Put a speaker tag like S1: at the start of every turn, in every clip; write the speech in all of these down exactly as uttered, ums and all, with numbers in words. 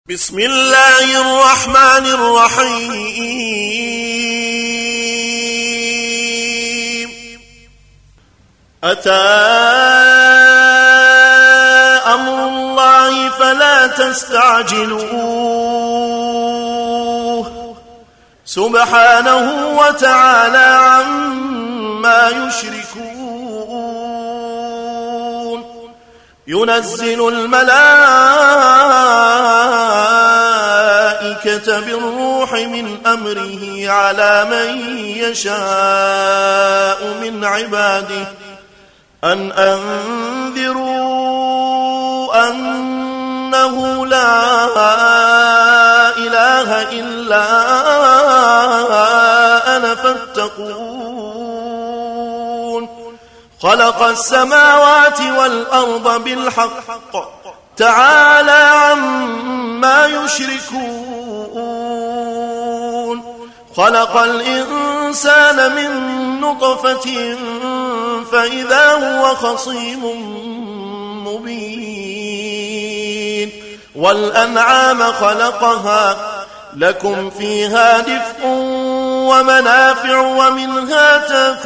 S1: بسم الله الرحمن الرحيم. أتى أمر الله فلا تستعجلوه سبحانه وتعالى عما يشركون. ينزل الملائكة بالروح من أمره على من يشاء من عباده أن أنذروا أنه لا إله إلا أنا فاتقون. خلق السماوات والأرض بالحق تعالى عما يشركون. خلق الإنسان من نطفة فإذا هو خصيم مبين. والأنعام خلقها لكم فيها دفء ومنافع ومنها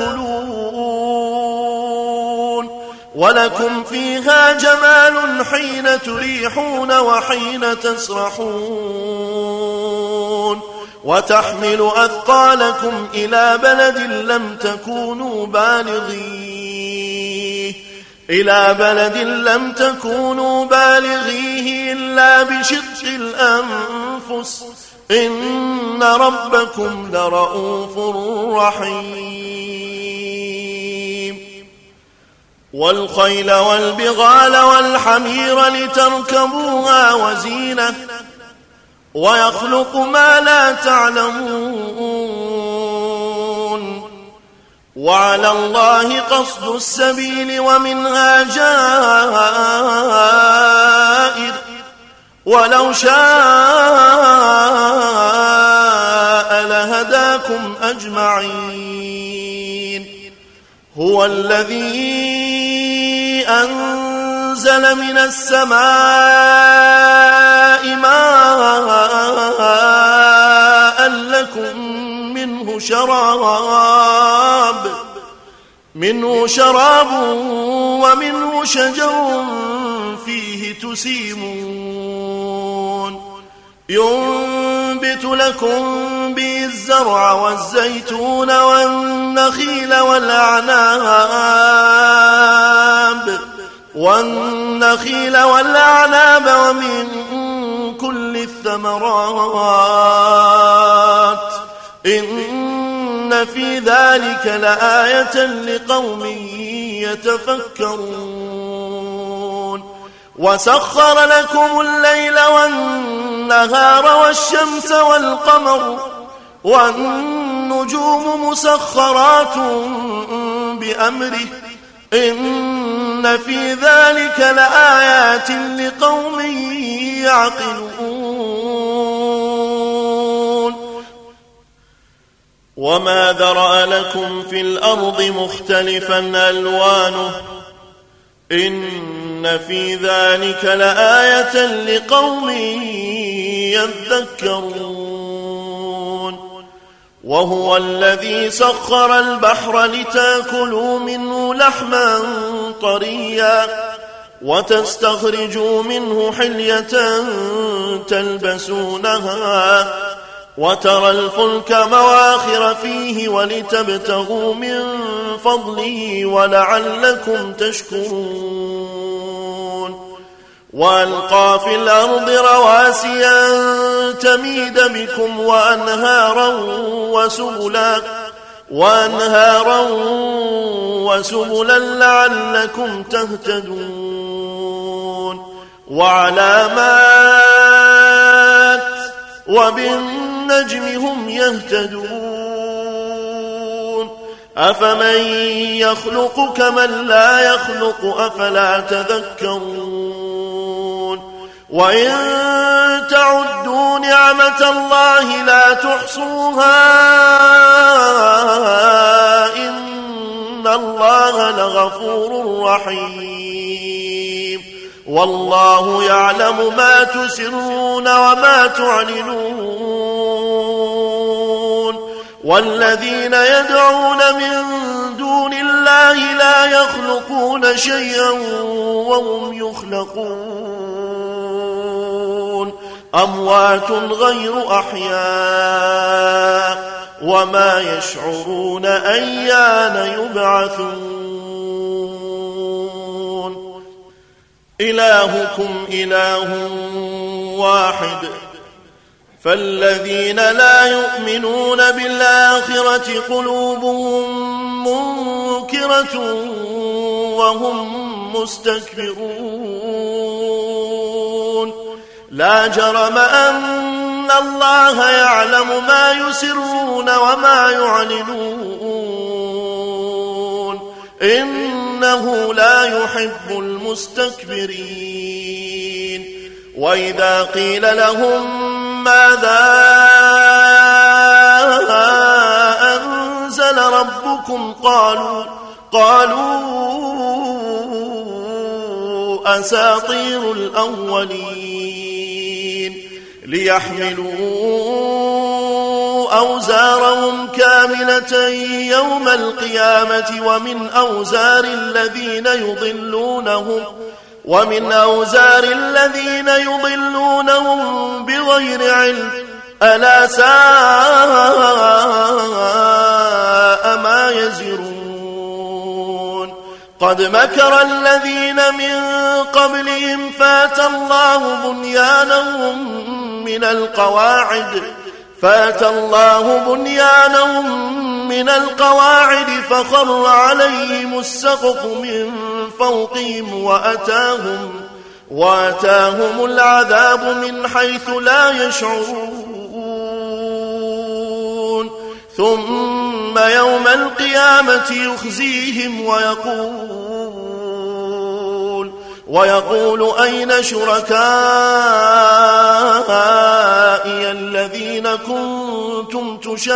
S1: تأكلون. ولكم فيها جمال حين تريحون وحين تسرحون. وتحمل أثقالكم إلى بلد لم تكونوا بالغيه إلى بلد لم تكونوا بالغيه إلا بشق الأنفس إن ربكم لرؤوف رحيم. والخيل والبغال والحمير لتركبوها وزينة ويخلق ما لا تعلمون. وعلى الله قصد السبيل ومنها جائر ولو شاء لهداكم أجمعين. هو الذي أنزل من السماء ماء لكم منه شراب منه شراب ومنه شجر فيه تسيمون. ينبت لكم به الزرع والزيتون والنخيل والأعناب والنخيل والأعناب ومن كل الثمرات إن في ذلك لآية لقوم يتفكرون. وسخر لكم الليل والنهار والشمس والقمر والنجوم مسخرات بأمره إن في ذلك لآيات لقوم يعقلون. وما ذرأ لكم في الأرض مختلفا ألوانه إن في ذلك لآية لقوم يذكرون. وهو الذي سخر البحر لتأكلوا منه لحما طريا وتستخرجوا منه حلية تلبسونها وترى الفلك مواخر فيه ولتبتغوا من فضله ولعلكم تشكرون. وألقى في الأرض رواسي أن تميد بكم وأنهارا وسبلا وأنهارا وسبلا لعلكم تهتدون. وعلامات وبالنجم هم يهتدون. أفمن يخلق كمن لا يخلق أفلا تذكرون. وإن تعدوا نعمة الله لا تحصوها إن الله لغفور رحيم. والله يعلم ما تسرون وما تعلنون والذين يدعون من دون الله لا يخلقون شيئا وهم يخلقون أموات غير أحياء وما يشعرون أيان يبعثون إلهكم إله واحد فالذين لا يؤمنون بالآخرة قلوبهم منكرة وهم مستكبرون لا جرم أن الله يعلم ما يسرون وما يعلنون إنه لا يحب المستكبرين وإذا قيل لهم ماذا أنزل ربكم قالوا قالوا أساطير الأولين ليحملوا أوزارهم كاملة يوم القيامة ومن أوزار الذين يضلونهم ومن أوزار الذين يضلونهم بغير علم ألا ساء ما يزرون قد مكر الذين من قبلهم فات الله بنيانهم من القواعد فات الله بنيانهم من القواعد فخر عليهم السقف من فوقهم وأتاهم, وأتاهم العذاب من حيث لا يشعرون ثم يوم القيامة يخزيهم ويقول, ويقول أين شركائي الذين كنتم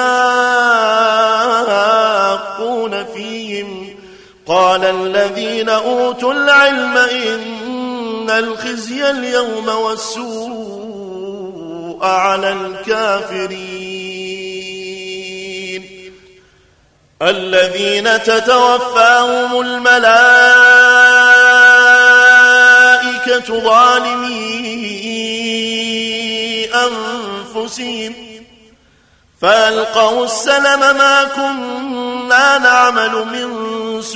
S1: تشاقون فيهم قال الذين أوتوا العلم إن الخزي اليوم والسوء على الكافرين الذين تتوفاهم الملائكة ظالمي أنفسهم فألقوا السلم ما كنا نعمل من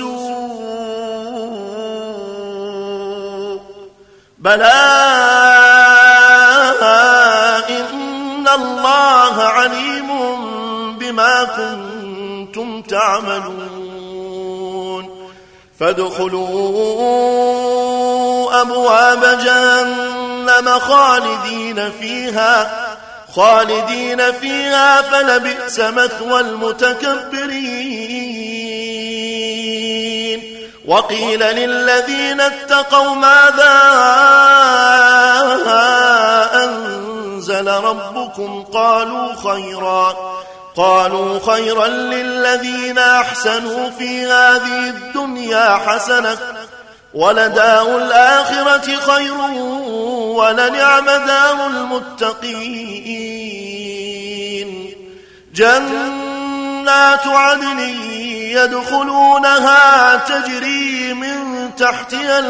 S1: سوء بلى إن الله عليم بما كنتم تعملون فادخلوا أبواب جهنم خالدين فيها خالدين فيها فلبئس مثوى المتكبرين وقيل للذين اتقوا ماذا أنزل ربكم قالوا خيرا قالوا خيرا للذين أحسنوا في هذه الدنيا حسنة ولدار الآخرة خير ولنعم دار المتقين جنات عدن يدخلونها تجري من تحتها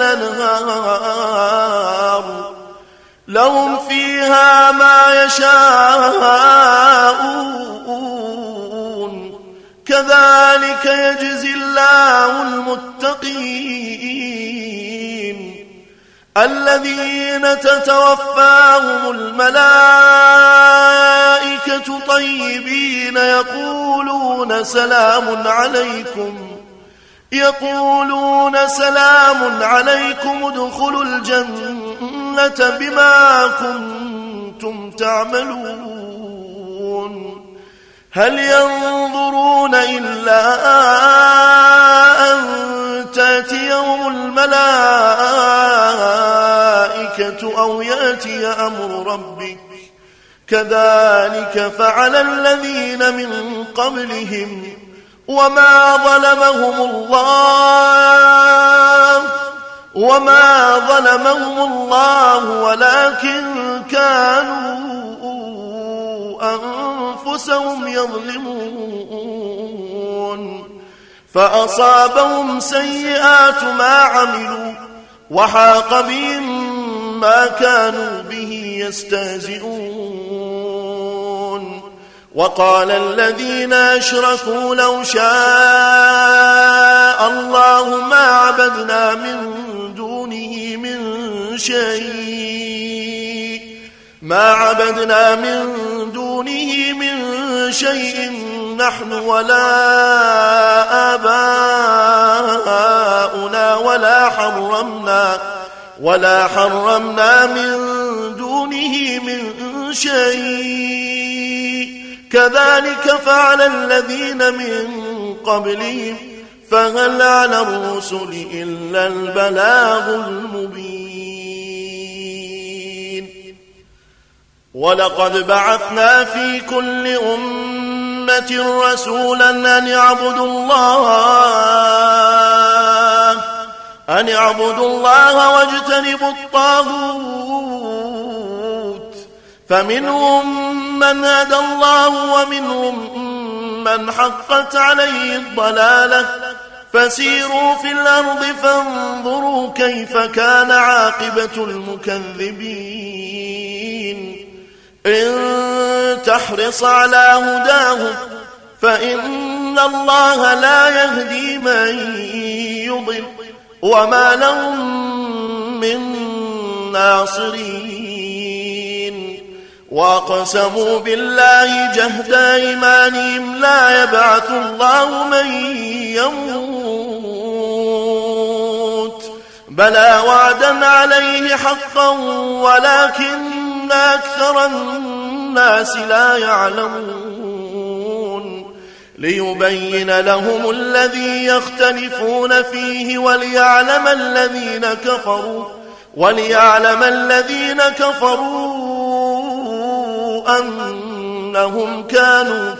S1: الأنهار لهم فيها ما يشاءون كذلك يجزي الله المتقين الذين تتوفاهم الملائكة طيبين يقولون سلام عليكم يقولون سلام عليكم ادخلوا الجنة بما كنتم تعملون هل ينظرون إلا أن تأتيهم الملائكة أو يأتي أمر ربك كذلك فعل الذين من قبلهم وما ظلمهم الله وما ظلمهم الله ولكن كانوا أنفسهم يظلمون فأصابهم سيئات ما عملوا وحاق بهم ما كانوا به يستهزئون وقال الذين أشركوا لو شاء الله ما عبدنا من دونه من شيء ما عبدنا من دونه من شيء نحن ولا آباؤنا ولا حرمنا ولا حرمنا من دونه من شيء كذلك فعل الذين من قبلهم فهل على الرسل إلا البلاغ المبين ولقد بعثنا في كل أمة رسولا أن يعبدوا الله أن يعبدوا الله واجتنبوا الطاغوت فمنهم من هدى الله ومنهم من حقت عليه الضلالة فسيروا في الأرض فانظروا كيف كان عاقبة المكذبين إن تحرص على هداهم فإن الله لا يهدي من يضل وما لهم من ناصرين وأقسموا بالله جهد أيمانهم لا يبعث الله من يموت بلى وعدا عليه حقا ولكن أكثر الناس لا يعلمون ليبين لهم الذي يختلفون فيه وليعلم الذين كفروا وليعلم الذين كفروا أنهم كانوا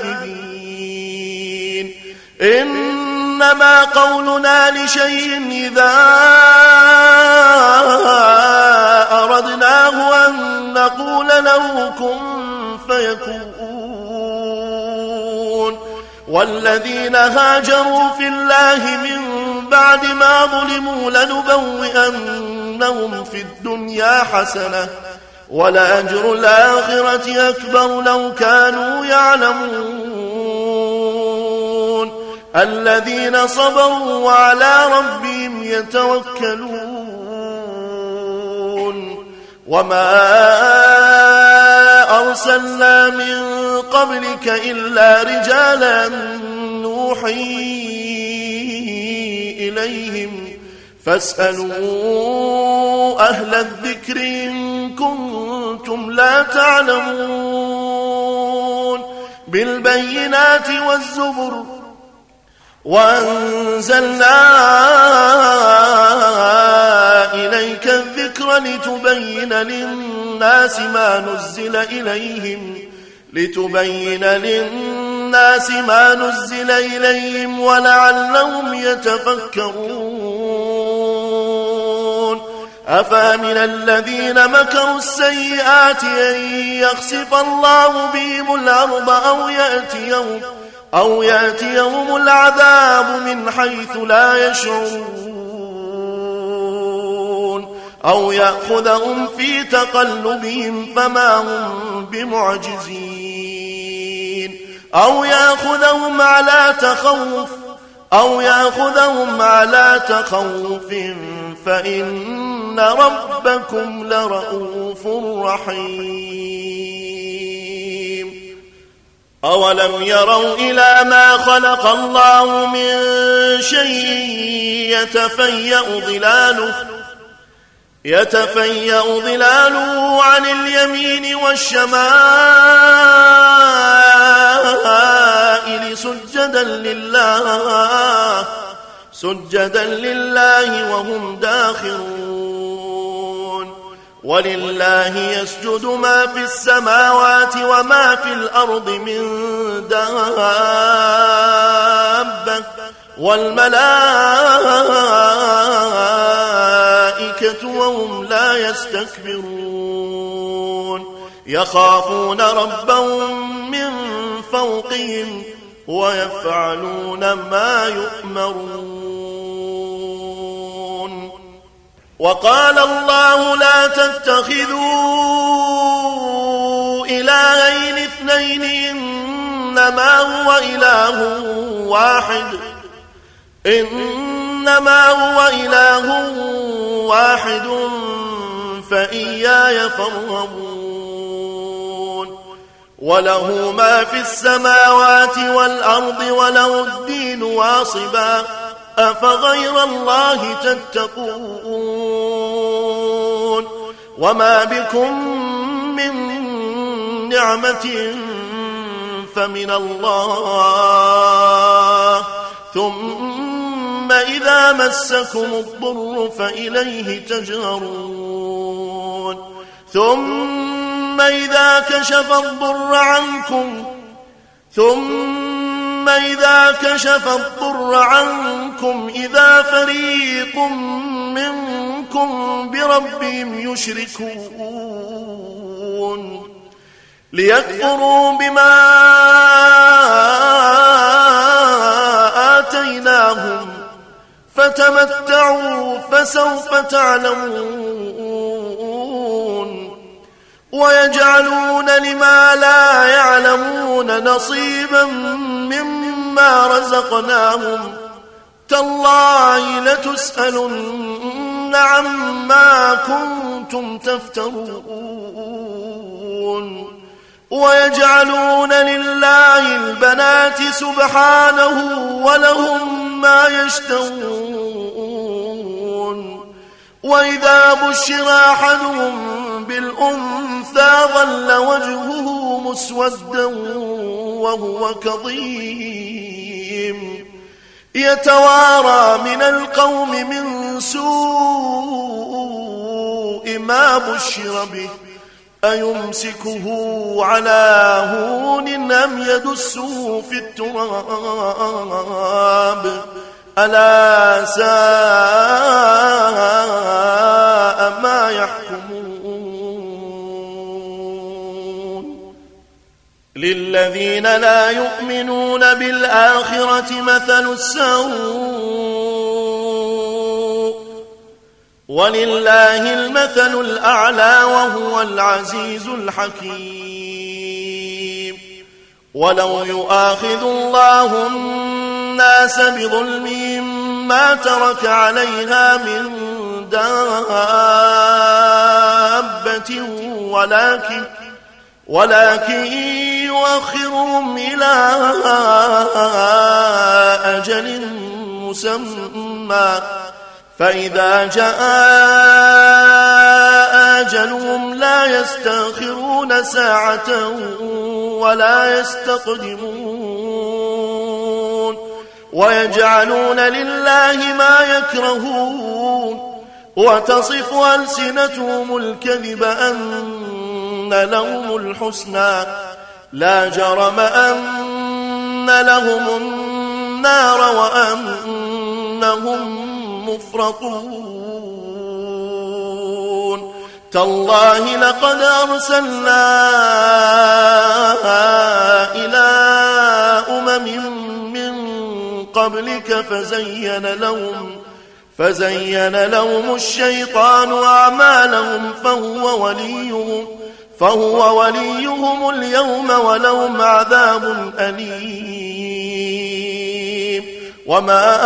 S1: كاذبين إنما قولنا لشيء إذا أردناه أن نقول له كن فيكون والذين هاجروا في الله من بعد ما ظلموا لنبوئنهم في الدنيا حسنة ولأجر الآخرة أكبر لو كانوا يعلمون الذين صبروا وعلى ربهم يتوكلون وما أرسلنا من قبلك إلا رجالا نوحي إليهم فاسألوا أهل الذكر إن كنتم لا تعلمون بالبينات والزبر وأنزلنا إليك الذكر لتبين للناس ما نزل إليهم لتبين للناس ما نزل إليهم ولعلهم يتفكرون أفامن الذين مكروا السيئات أن يخسف الله بهم الأرض أو يأتيهم أو يأتيهم العذاب من حيث لا يشعرون أو يأخذهم في تقلبهم فما هم بمعجزين أو يأخذهم على تخوف أو يأخذهم على تخوف فإن ربكم لرؤوف رحيم أولم يروا إلى ما خلق الله من شيء يتفيأ ظلاله يتفيأ ظلاله عن اليمين والشمائل سجدا لله سجدا لله وهم داخرون ولله يسجد ما في السماوات وما في الأرض من دابة والملائكة الملائكة وهم لا يستكبرون يخافون ربهم من فوقهم ويفعلون ما يؤمرون. وقال الله لا تتخذوا إلهين اثنين إنما هو إله واحد إنما هو إله واحد فإياي فارهبون. وله ما في السماوات والأرض وله الدين واصبا أفغير الله تتقون. وما بكم من نعمة فمن الله ثم إذا مسكم الضر فإليه تجهرون. ثم إذا كشف الضر عنكم ثم إذا كشف الضر عنكم إذا فريق منكم بربهم يشركون ليكفروا بما آتيناهم فتمتعوا فسوف تعلمون. ويجعلون لما لا يعلمون نصيبا مما رزقناهم تالله لتسألن عما كنتم تفترون. ويجعلون لله البنات سبحانه ولهم ما يشتهون. وإذا بشر أحدهم بالأنثى ظل وجهه مسودا وهو كظيم يتوارى من القوم من سوء ما بشر به أيمسكه على هون أم يدسه في التراب ألا ساء ما يحكمون. للذين لا يؤمنون بالآخرة مثل السوء ولله المثل الأعلى وهو العزيز الحكيم. ولو يؤاخذ الله الناس بظلمهم ما ترك عليها من دابة ولكن ولكن يؤخرهم إلى أجل مسمى فإذا جاء أجلهم لا يستأخرون ساعة ولا يستقدمون. ويجعلون لله ما يكرهون وتصف ألسنتهم الكذب أن لهم الحسنى لا جرم أن لهم النار وأنهم مفرطون. تالله لقد أرسلنا إلى أمم من قبلك فزين لهم فزين لهم الشيطان أعمالهم فهو وليهم فهو وليهم اليوم ولهم عذاب أليم. وما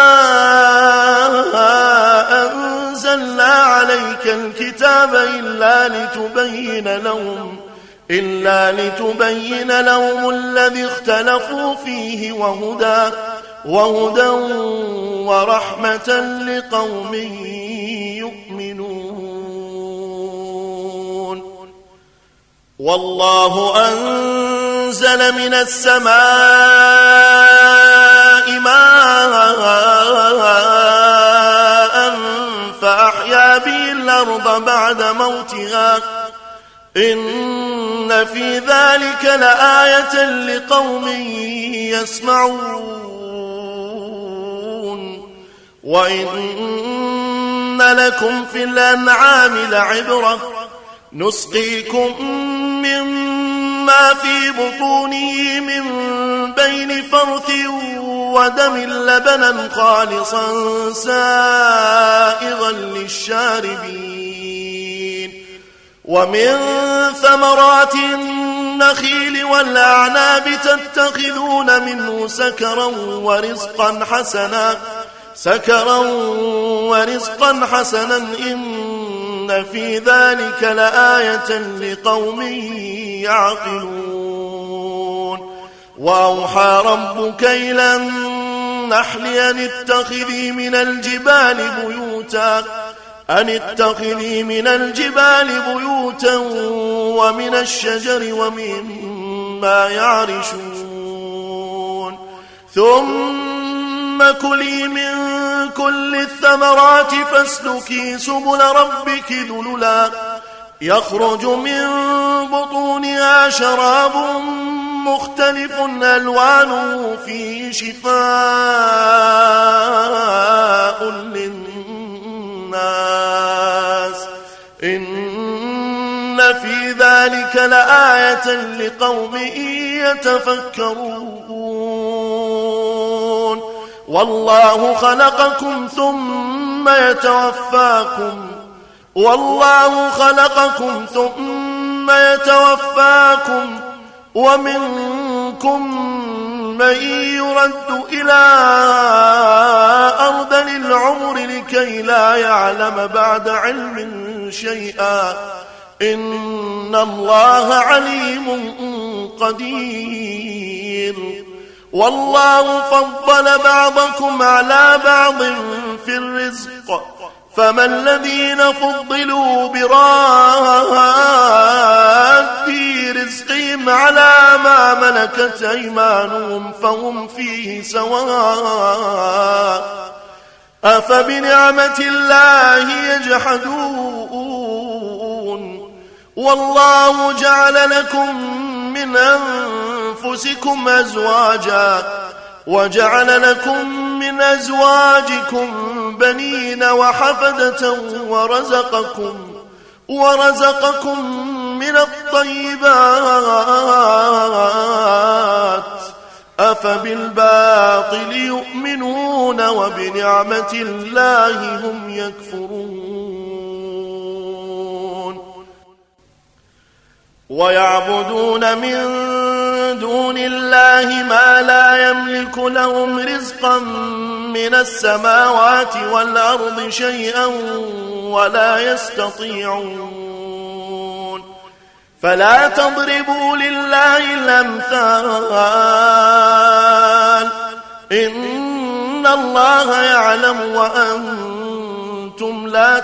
S1: أنزلنا عليك الكتاب إلا لتبين لهم إلا لتبين لهم الذي اختلفوا فيه وهدى وهدى ورحمة لقوم يؤمنون. والله أنزل من السماء ماء فأحيا به الأرض بعد موتها إن في ذلك لآية لقوم يسمعون. وإن لكم في الأنعام لعبرة نسقيكم مما في بطونه من بين فرث ودم لبنا خالصا سائغا للشاربين ومن ثمرات النخيل والأعناب تتخذون منه سكرا ورزقا حسنا سكرا ورزقا حسنا إن في ذلك لآية لقوم يعقلون وأوحى ربك إلى النحل أن اتخذي من الجبال بيوتا أن اتخذي من الجبال بيوتا ومن الشجر ومما يعرشون ثم كلي من كل الثمرات فاسلكي سبل ربك ذللا يخرج من بطونها شراب مختلف ألوانه فيه شفاء للناس إن في ذلك لآية لقوم يتفكرون والله خلقكم ثم يتوفاكم والله خلقكم ثم يتوفاكم ومنكم من يرد إلى أرذل العمر لكي لا يعلم بعد علم شيئا إن الله عليم قدير والله فضل بعضكم على بعض في الرزق فما الذين فضلوا براد رزقهم على ما ملكت أيمانهم فهم فيه سواء أفبنعمة الله يجحدون والله جعل لكم من أنفسكم أزواجا وجعل لكم من أزواجكم بنين وحفدة ورزقكم ورزقكم من الطيبات أفبالباطل يؤمنون وبنعمة الله هم يكفرون ويعبدون من دون الله ما لا يملك لهم رزقا من السماوات والأرض شيئا ولا يستطيعون فلا تضربوا لله الأمثال إن الله يعلم وأنتم لا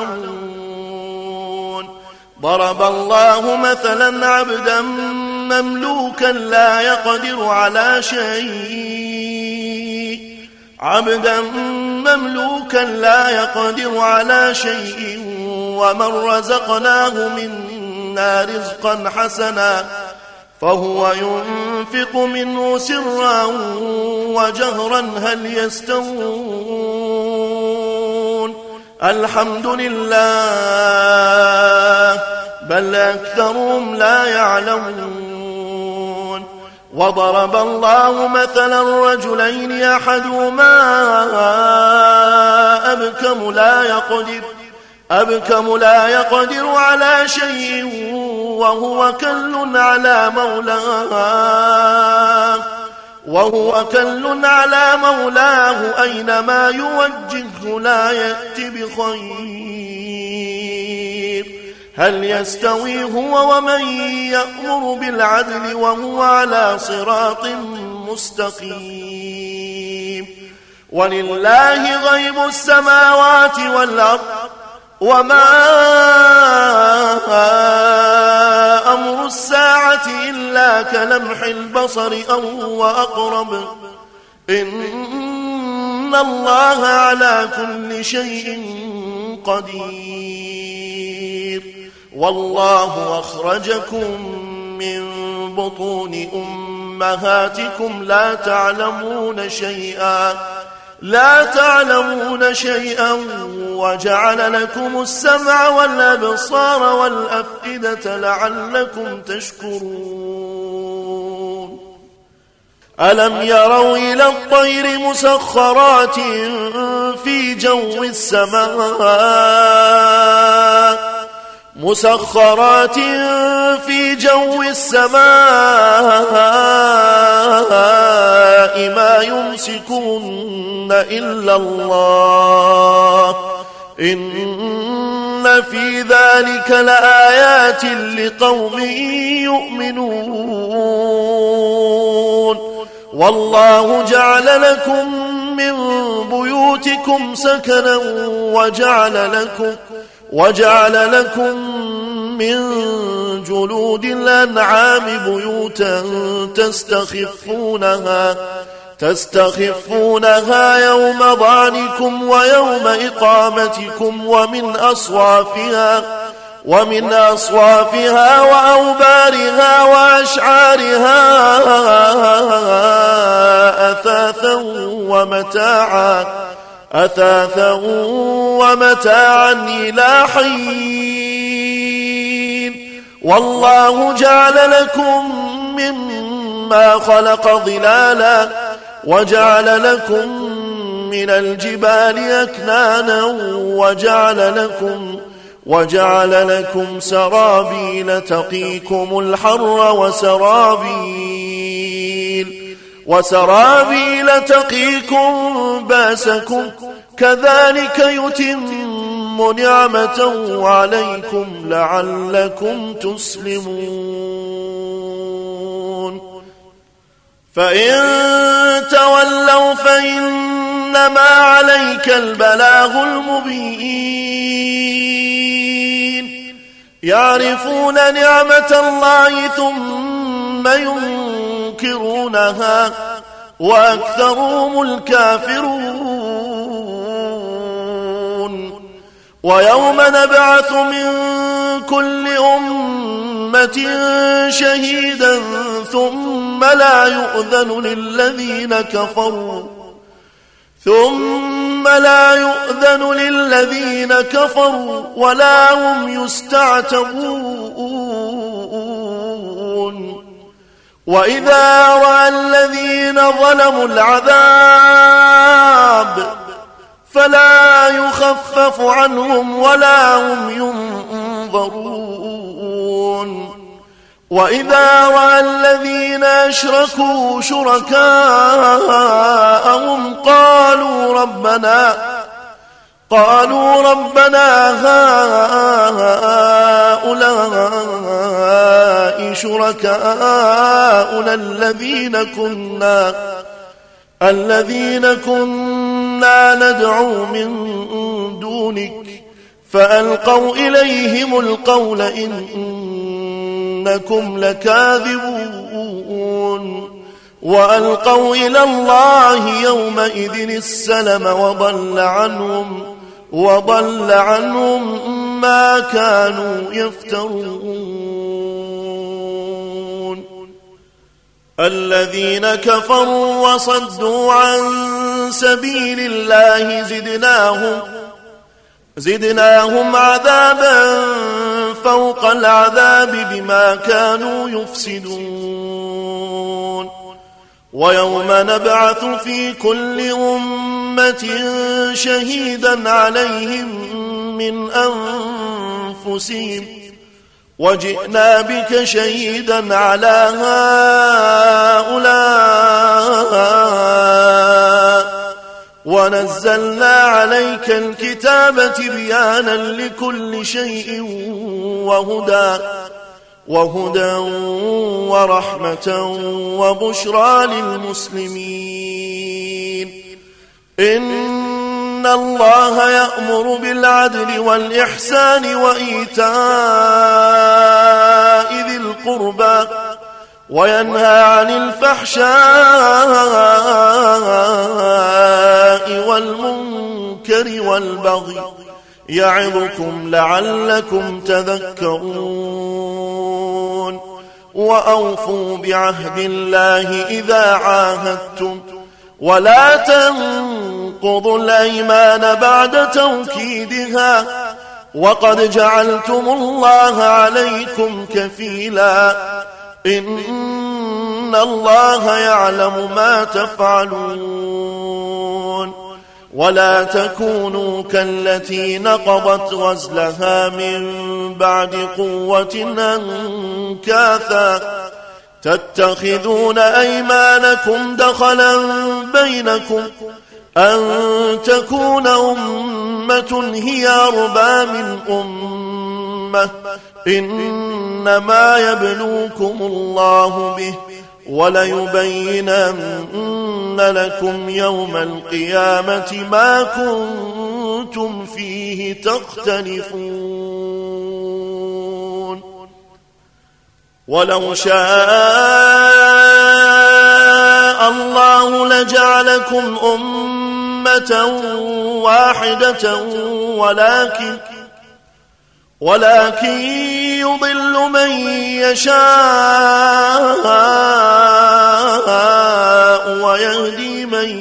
S1: تعلمون ضرب الله مثلا عبدا مملوكا لا يقدر على شيء عبدا مملوكا لا يقدر على شيء ومن رزقناه منا رزقا حسنا فهو ينفق منه سرا وجهرا هل يستوون الحمد لله بل أكثرهم لا يعلمون وضرب الله مثلا رجلين أحدهما أبكم لا يقدر أبكم لا يقدر على شيء وهو كل على مولاه وهو كل على مولاه أينما يوجهه لا يأتي بخير هل يستوي هو ومن يأمر بالعدل وهو على صراط مستقيم ولله غيب السماوات والأرض وما أمر الساعة إلا كلمح البصر أو هو أقرب إن الله على كل شيء قدير والله أخرجكم من بطون أمهاتكم لا تعلمون شيئا لا تعلمون شيئا وجعل لكم السمع والأبصار والأفئدة لعلكم تشكرون ألم يروا إلى الطير مسخرات في جو السماء مسخرات في جو السماء ما يمسكون إلا الله إن في ذلك لآيات لقوم يؤمنون والله جعل لكم من بيوتكم سكنا وجعل لكم وجعل لكم من جلود الأنعام بيوتا تستخفونها تستخفونها يوم ظعنكم ويوم إقامتكم ومن أصوافها ومن أصوافها وأوبارها وأشعارها أثاثا ومتاعا أثاثا ومتاعا إلى حين والله جعل لكم مما خلق ظلالا وجعل لكم من الجبال أكنانا وجعل لكم وجعل لكم سرابيل تقيكم الحر وسرابيل وسرابيل تقيكم باسكم كذلك يتم نعمته عليكم لعلكم تسلمون فإن تولوا فإنما عليك البلاغ المبين يعرفون نعمة الله ثم ينكرونها وأكثرهم الكافرون ويوم نبعث من كل أمة شهيدا ثم لا يؤذن للذين كفروا ثم لا يؤذن للذين كفروا ولا هم يستعتبون وإذا رأى الذين ظلموا العذاب فلا يخفف عنهم ولا هم ينظرون وإذا رأى الذين أشركوا شركاءهم قالوا ربنا قالوا ربنا هؤلاء شركاؤنا الذين كنا الذين كنا ندعو من دونك فألقوا إليهم القول إنكم لكاذبون وألقوا إلى الله يومئذ السلم وضل عنهم وضل عنهم ما كانوا يفترون الذين كفروا وصدوا عن سبيل الله زدناهم زدناهم عذابا فوق العذاب بما كانوا يفسدون ويوم نبعث في كل أمة شهيدا عليهم من أنفسهم وجئنا بك شهيدا على هؤلاء ونزلنا عليك الكتاب تبيانا لكل شيء وهدى وهدى ورحمة وبشرى للمسلمين إن الله يأمر بالعدل والإحسان وإيتاء ذي القربى وينهى عن الفحشاء والمنكر والبغي يعظكم لعلكم تذكرون وأوفوا بعهد الله إذا عاهدتم ولا تنقضوا تنقضوا الأيمان بعد توكيدها وقد جعلتم الله عليكم كفيلا إن الله يعلم ما تفعلون ولا تكونوا كالتي نقضت غزلها من بعد قوة أنكاثا تتخذون أيمانكم دخلا بينكم أن تكون أمة هي أربى من أمة إنما يبلوكم الله به وليبينن لكم يوم القيامة ما كنتم فيه تختلفون ولو شاء الله لجعلكم أمة واحدة ولكن ولكن يضل من يشاء ويهدي من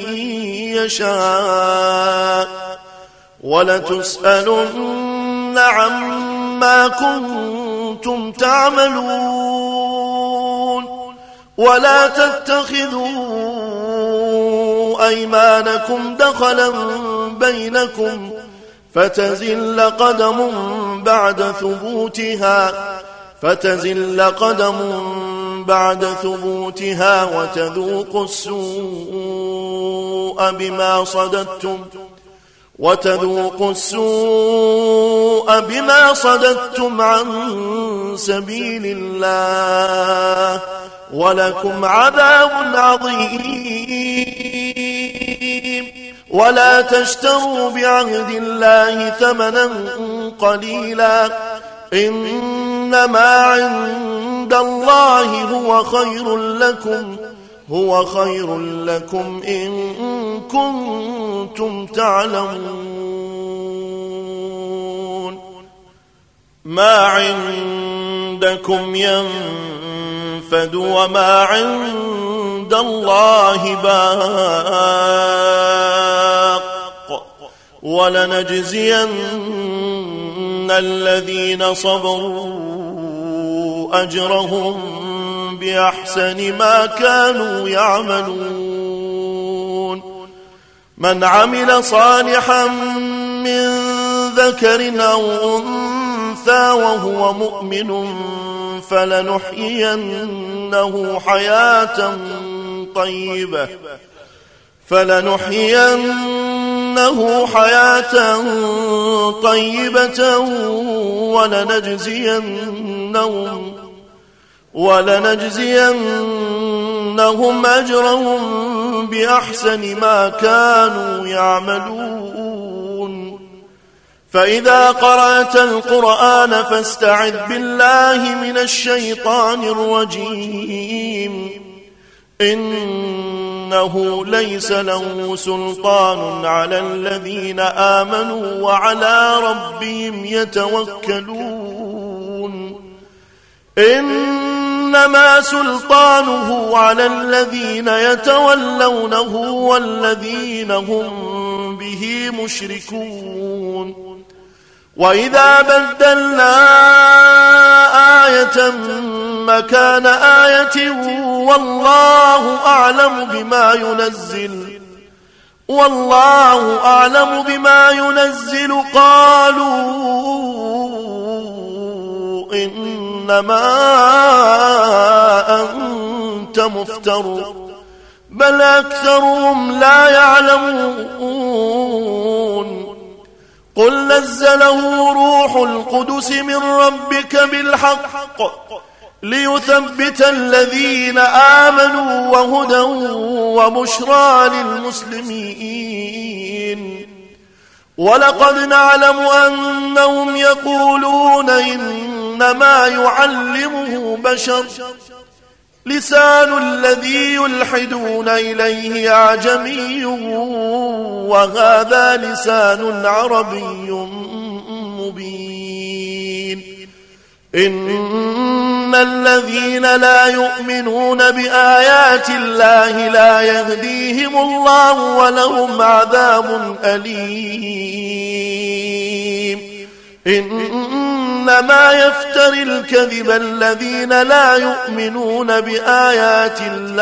S1: يشاء ولتسألن عما كنتم تعملون ولا تتخذوا أيمانكم دخلا بينكم فتزل قدم بعد ثبوتها فتزل قدم بعد ثبوتها وتذوقوا السوء بما صددتم وتذوقوا السوء بما صددتم عن سبيل الله ولكم عذاب عظيم ولا تشتروا بعهد الله ثمنا قليلا إنما عند الله هو خير لكم هو خير لكم إن كنتم تعلمون ما عندكم ينفد وما عند الله باق ولنجزين الذين صبروا أجرهم بأحسن ما كانوا يعملون من عمل صالحا من ذكر أو أنثى وهو مؤمن فلنحيينه حياة طيبة فلنحيينه حياة طيبة ولنجزينهم ولنجزينهم أجرهم بأحسن ما كانوا يعملون فإذا قرأت القرآن فاستعذ بالله من الشيطان الرجيم إنه ليس له سلطان على الذين آمنوا وعلى ربهم يتوكلون إنما سلطانه على الذين يتولونه والذين هم به مشركون وإذا بدلنا آية مكان آية والله أعلم بما ينزل والله أعلم بما ينزل قالوا إنما أنت مفتر بل أكثرهم لا يعلمون قل نزله روح القدس من ربك بالحق ليثبت الذين آمنوا وهدى وبشرى للمسلمين ولقد نعلم أنهم يقولون إنما يعلمه بشر لسان الذي يلحدون إليه أعجمي وهذا لسان عربي مبين إن الذين لا يؤمنون بآيات الله لا يهديهم الله ولهم عذاب أليم إنما يفتري الكذب الذين لا يؤمنون بآيات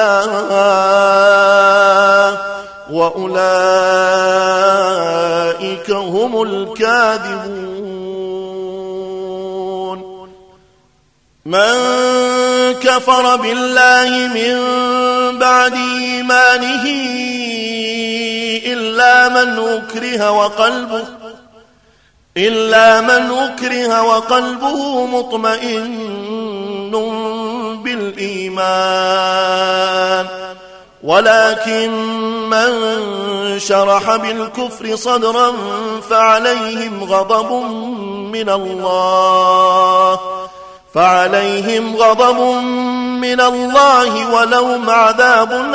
S1: الله وأولئك هم الكاذبون من كفر بالله من بعد إيمانه إلا من أكره وقلبه إلا من أكره وقلبه مطمئن بالإيمان ولكن من شرح بالكفر صدرا فعليهم غضب من الله فعليهم غضب من الله ولهم عذاب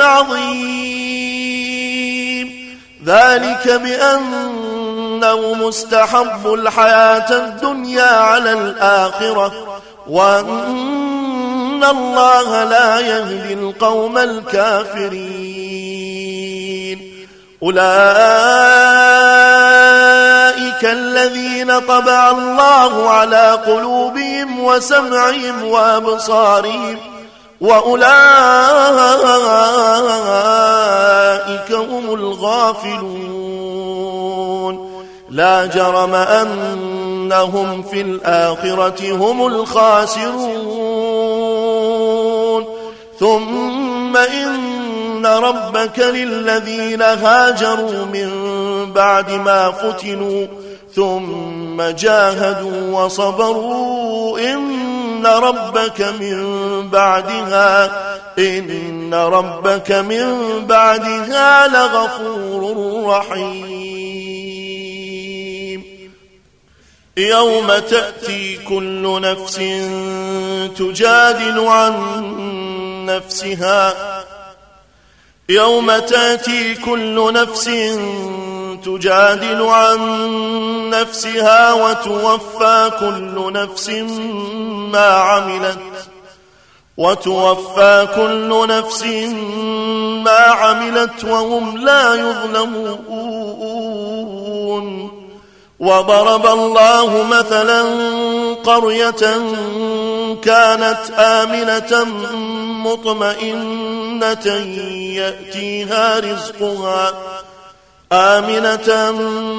S1: عظيم ذلك بأنه مستحب الحياة الدنيا على الآخرة وأن الله لا يهدي القوم الكافرين أولئك الذين طبع الله على قلوبهم وسمعهم وأبصارهم وأولئك هم الغافلون لا جرم أنهم في الآخرة هم الخاسرون ثم إن ربك للذين هاجروا من بعد ما فتنوا ثم جاهدوا وصبروا إن ربك من بعدها إن ربك من بعدها لغفور رحيم يوم تأتي كل نفس تجادل عن نفسها يوم تأتي كل نفس تجادل عن نفسها وتوفى كل نفس ما عملت وتوفى كل نفس ما عملت وهم لا يظلمون وضرب الله مثلا قرية كانت آمنة مطمئنة يأتيها رزقها آمنة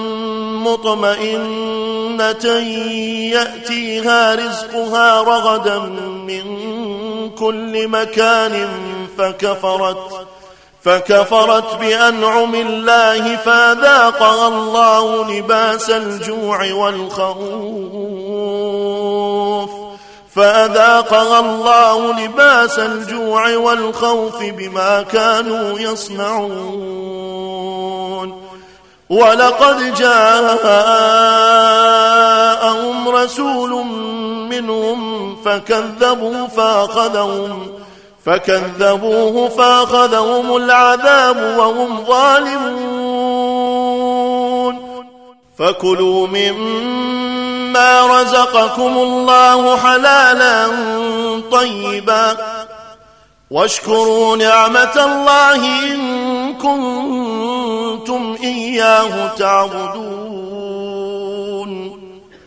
S1: مطمئنة يأتيها رزقها رغدا من كل مكان فكفرت فكفرت بأنعم الله فأذاقها الله لباس الجوع والخوف فأذاقها الله لباس الجوع والخوف بما كانوا يصنعون ولقد جاءهم رسول منهم فكذبوا فأخذهم فكذبوه فأخذهم العذاب وهم ظالمون فكلوا مما رزقكم الله حلالا طيبا واشكروا نعمة الله إن كنتم إياه تعبدون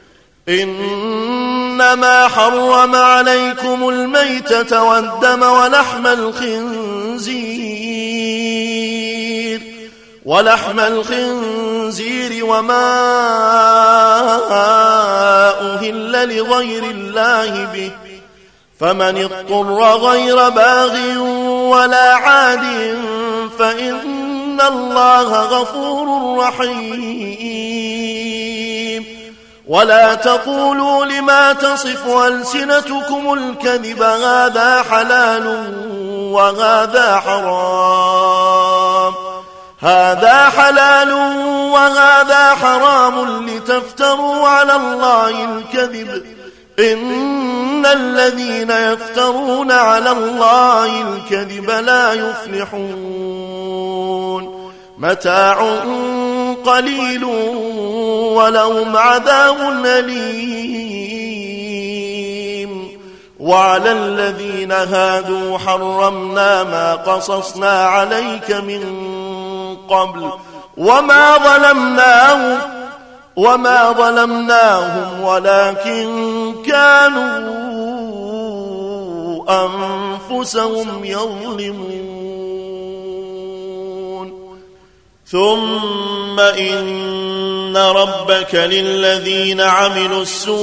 S1: إنما حرم عليكم الميتة والدم ولحم الخنزير ولحم الخنزير وما أهل لغير الله به فمن اضطر غير باغ ولا عاد فإن الله غفور رحيم ولا تقولوا لما تصف ألسنتكم الكذب هذا حلال وهذا حرام هذا حلال وهذا حرام لتفتروا على الله الكذب إن الذين يفترون على الله الكذب لا يفلحون متاع قليل ولهم عذاب أليم وعلى الذين هادوا حرمنا ما قصصنا عليك من قبل وما ظلمناهم وما ظلمناهم ولكن كانوا أنفسهم يظلمون ثم إن ربك للذين عملوا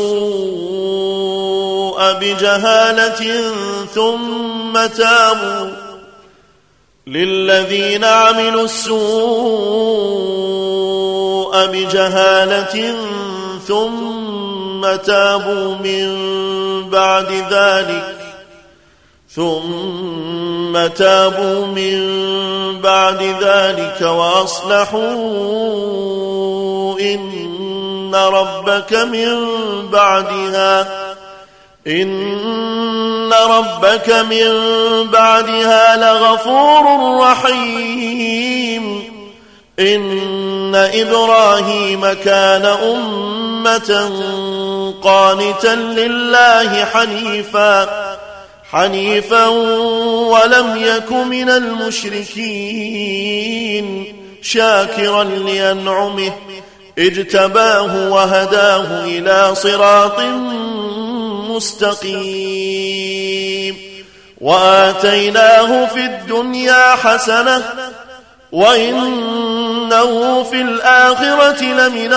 S1: السوء بجهالة ثم تابوا للذين عملوا السوء بجهالة ثم تابوا من بعد ذلك ثم تابوا من بعد ذلك وأصلحوا إن ربك من بعدها إن ربك من بعدها لغفور رحيم إن إبراهيم كان أمة قانتا لله حنيفا حنيفا ولم يك من المشركين شاكرا لأنعمه اجتباه وهداه إلى صراط مستقيم وآتيناه في الدنيا حسنة وإنه في الآخرة لمن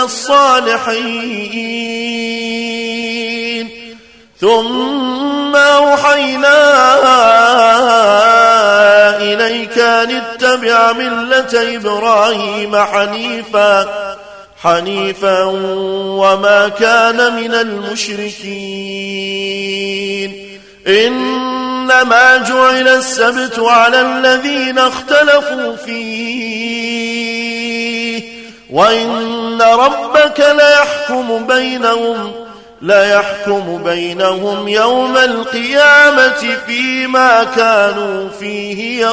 S1: الصالحين ثم أوحينا إليك أن اتبع ملة إبراهيم حنيفا حنيفا وما كان من المشركين إنما جعل السبت على الذين اختلفوا فيه وإن ربك ليحكم بينهم ليحكم بينهم يوم القيامة فيما كانوا فيه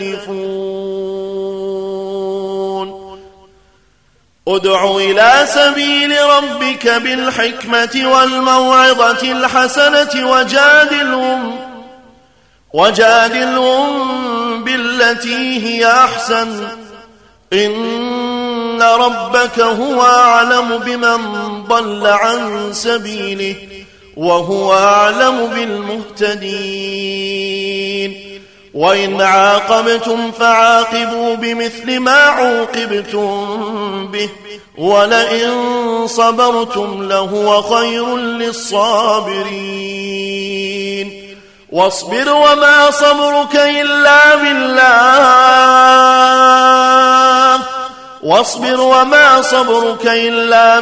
S1: يختلفون ادع إلى سبيل ربك بالحكمة والموعظة الحسنة وجادلهم وجادلهم بالتي هي أحسن إن ربك هو أعلم بمن ضل عن سبيله وهو أعلم بالمهتدين وإن عاقبتم فعاقبوا بمثل ما عوقبتم به ولئن صبرتم لهو خير للصابرين واصبر وما صبرك إلا بالله واصبر وما صبرك إلا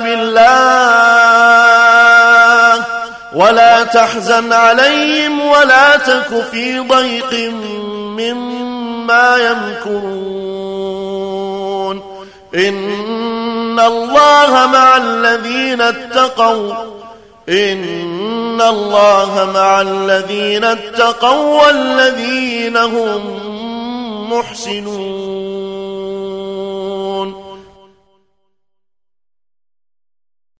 S1: بالله ولا تحزن عليهم ولا تك في ضيق مما يمكرون إن الله مع الذين اتقوا إن الله مع الذين اتقوا والذين هم محسنون